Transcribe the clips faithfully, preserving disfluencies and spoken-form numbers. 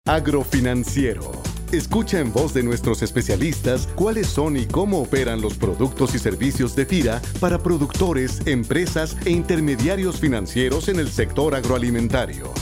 Agrofinanciero. Escucha en voz de nuestros especialistas cuáles son y cómo operan los productos y servicios de FIRA para productores, empresas e intermediarios financieros en el sector agroalimentario.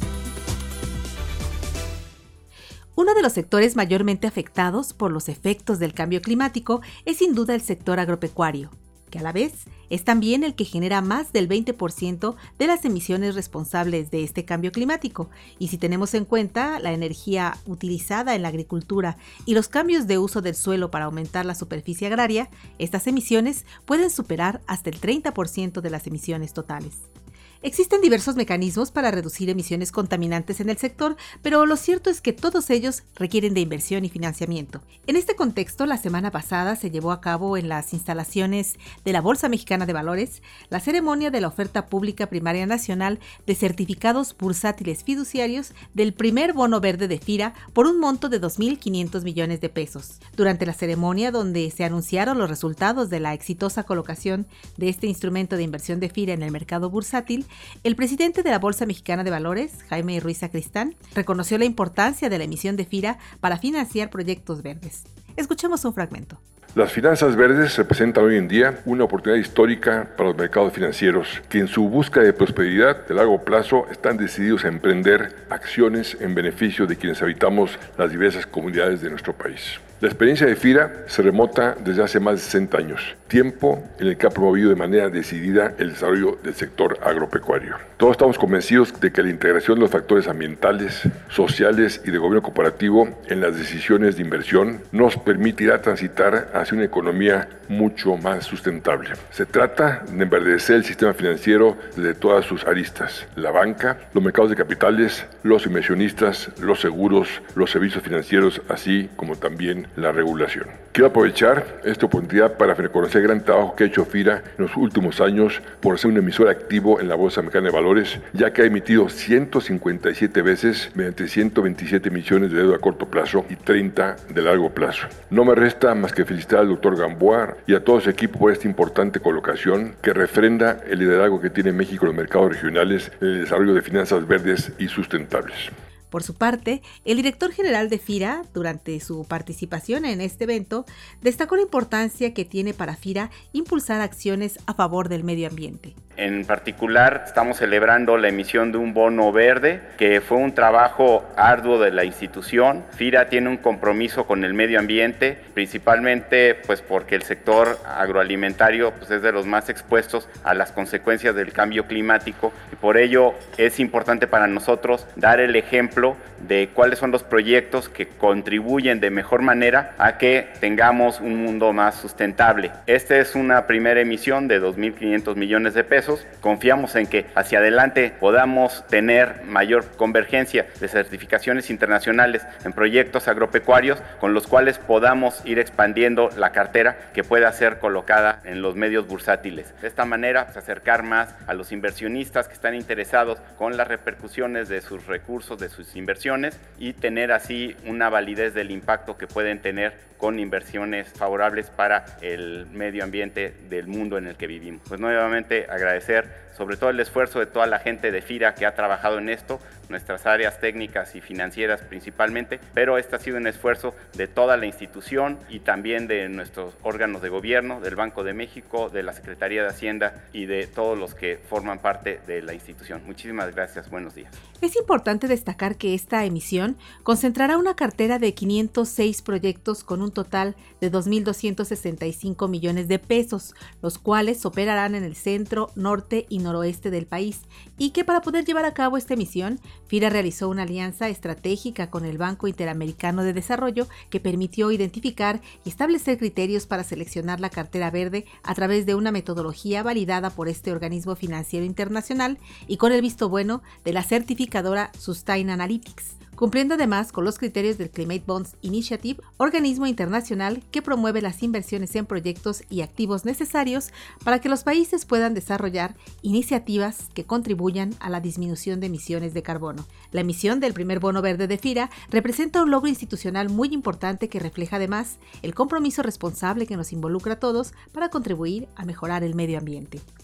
Uno de los sectores mayormente afectados por los efectos del cambio climático es sin duda el sector agropecuario, que a la vez es también el que genera más del veinte por ciento de las emisiones responsables de este cambio climático. Y si tenemos en cuenta la energía utilizada en la agricultura y los cambios de uso del suelo para aumentar la superficie agraria, estas emisiones pueden superar hasta el treinta por ciento de las emisiones totales. Existen diversos mecanismos para reducir emisiones contaminantes en el sector, pero lo cierto es que todos ellos requieren de inversión y financiamiento. En este contexto, la semana pasada se llevó a cabo en las instalaciones de la Bolsa Mexicana de Valores la ceremonia de la oferta pública primaria nacional de certificados bursátiles fiduciarios del primer bono verde de FIRA por un monto de dos mil quinientos millones de pesos. Durante la ceremonia, donde se anunciaron los resultados de la exitosa colocación de este instrumento de inversión de FIRA en el mercado bursátil, el presidente de la Bolsa Mexicana de Valores, Jaime Ruiz Sacristán, reconoció la importancia de la emisión de FIRA para financiar proyectos verdes. Escuchemos un fragmento. Las finanzas verdes representan hoy en día una oportunidad histórica para los mercados financieros, que en su búsqueda de prosperidad de largo plazo están decididos a emprender acciones en beneficio de quienes habitamos las diversas comunidades de nuestro país. La experiencia de FIRA se remota desde hace más de sesenta años, tiempo en el que ha promovido de manera decidida el desarrollo del sector agropecuario. Todos estamos convencidos de que la integración de los factores ambientales, sociales y de gobierno cooperativo en las decisiones de inversión nos permitirá transitar hacia una economía mucho más sustentable. Se trata de enverdecer el sistema financiero desde todas sus aristas: la banca, los mercados de capitales, los inversionistas, los seguros, los servicios financieros, así como también la regulación. Quiero aprovechar esta oportunidad para reconocer el gran trabajo que ha hecho FIRA en los últimos años por ser un emisor activo en la Bolsa Mexicana de Valores, ya que ha emitido ciento cincuenta y siete veces mediante ciento veintisiete millones de deuda a corto plazo y treinta de largo plazo. No me resta más que felicitar al doctor Gamboa y a todo su equipo por esta importante colocación que refrenda el liderazgo que tiene México en los mercados regionales en el desarrollo de finanzas verdes y sustentables. Por su parte, el director general de FIRA, durante su participación en este evento, destacó la importancia que tiene para FIRA impulsar acciones a favor del medio ambiente. En particular, estamos celebrando la emisión de un bono verde, que fue un trabajo arduo de la institución. FIRA tiene un compromiso con el medio ambiente, principalmente pues porque el sector agroalimentario pues, es de los más expuestos a las consecuencias del cambio climático, y por ello es importante para nosotros dar el ejemplo de cuáles son los proyectos que contribuyen de mejor manera a que tengamos un mundo más sustentable. Esta es una primera emisión de dos mil quinientos millones de pesos. Confiamos en que hacia adelante podamos tener mayor convergencia de certificaciones internacionales en proyectos agropecuarios con los cuales podamos ir expandiendo la cartera que pueda ser colocada en los medios bursátiles. De esta manera, pues, acercar más a los inversionistas que están interesados con las repercusiones de sus recursos, de sus inversiones, y tener así una validez del impacto que pueden tener con inversiones favorables para el medio ambiente del mundo en el que vivimos. Pues nuevamente agradecer sobre todo el esfuerzo de toda la gente de FIRA que ha trabajado en esto, nuestras áreas técnicas y financieras principalmente, pero este ha sido un esfuerzo de toda la institución y también de nuestros órganos de gobierno, del Banco de México, de la Secretaría de Hacienda y de todos los que forman parte de la institución. Muchísimas gracias, buenos días. Es importante destacar que esta emisión concentrará una cartera de quinientos seis proyectos con un total de dos mil doscientos sesenta y cinco millones de pesos, los cuales operarán en el centro, norte y noroeste del país, y que para poder llevar a cabo esta emisión, FIRA realizó una alianza estratégica con el Banco Interamericano de Desarrollo que permitió identificar y establecer criterios para seleccionar la cartera verde a través de una metodología validada por este organismo financiero internacional y con el visto bueno de la certificadora Sustainalytics, cumpliendo además con los criterios del Climate Bonds Initiative, organismo internacional que promueve las inversiones en proyectos y activos necesarios para que los países puedan desarrollar iniciativas que contribuyan a la disminución de emisiones de carbono. La emisión del primer bono verde de FIRA representa un logro institucional muy importante que refleja además el compromiso responsable que nos involucra a todos para contribuir a mejorar el medio ambiente.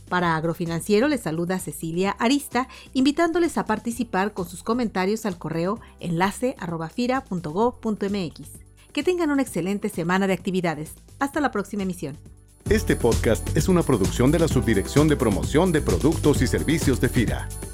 Para Agrofinanciero les saluda Cecilia Arista, invitándoles a participar con sus comentarios al correo enlace arroba fira punto gob punto mx. Que tengan una excelente semana de actividades. Hasta la próxima emisión. Este podcast es una producción de la Subdirección de Promoción de Productos y Servicios de FIRA.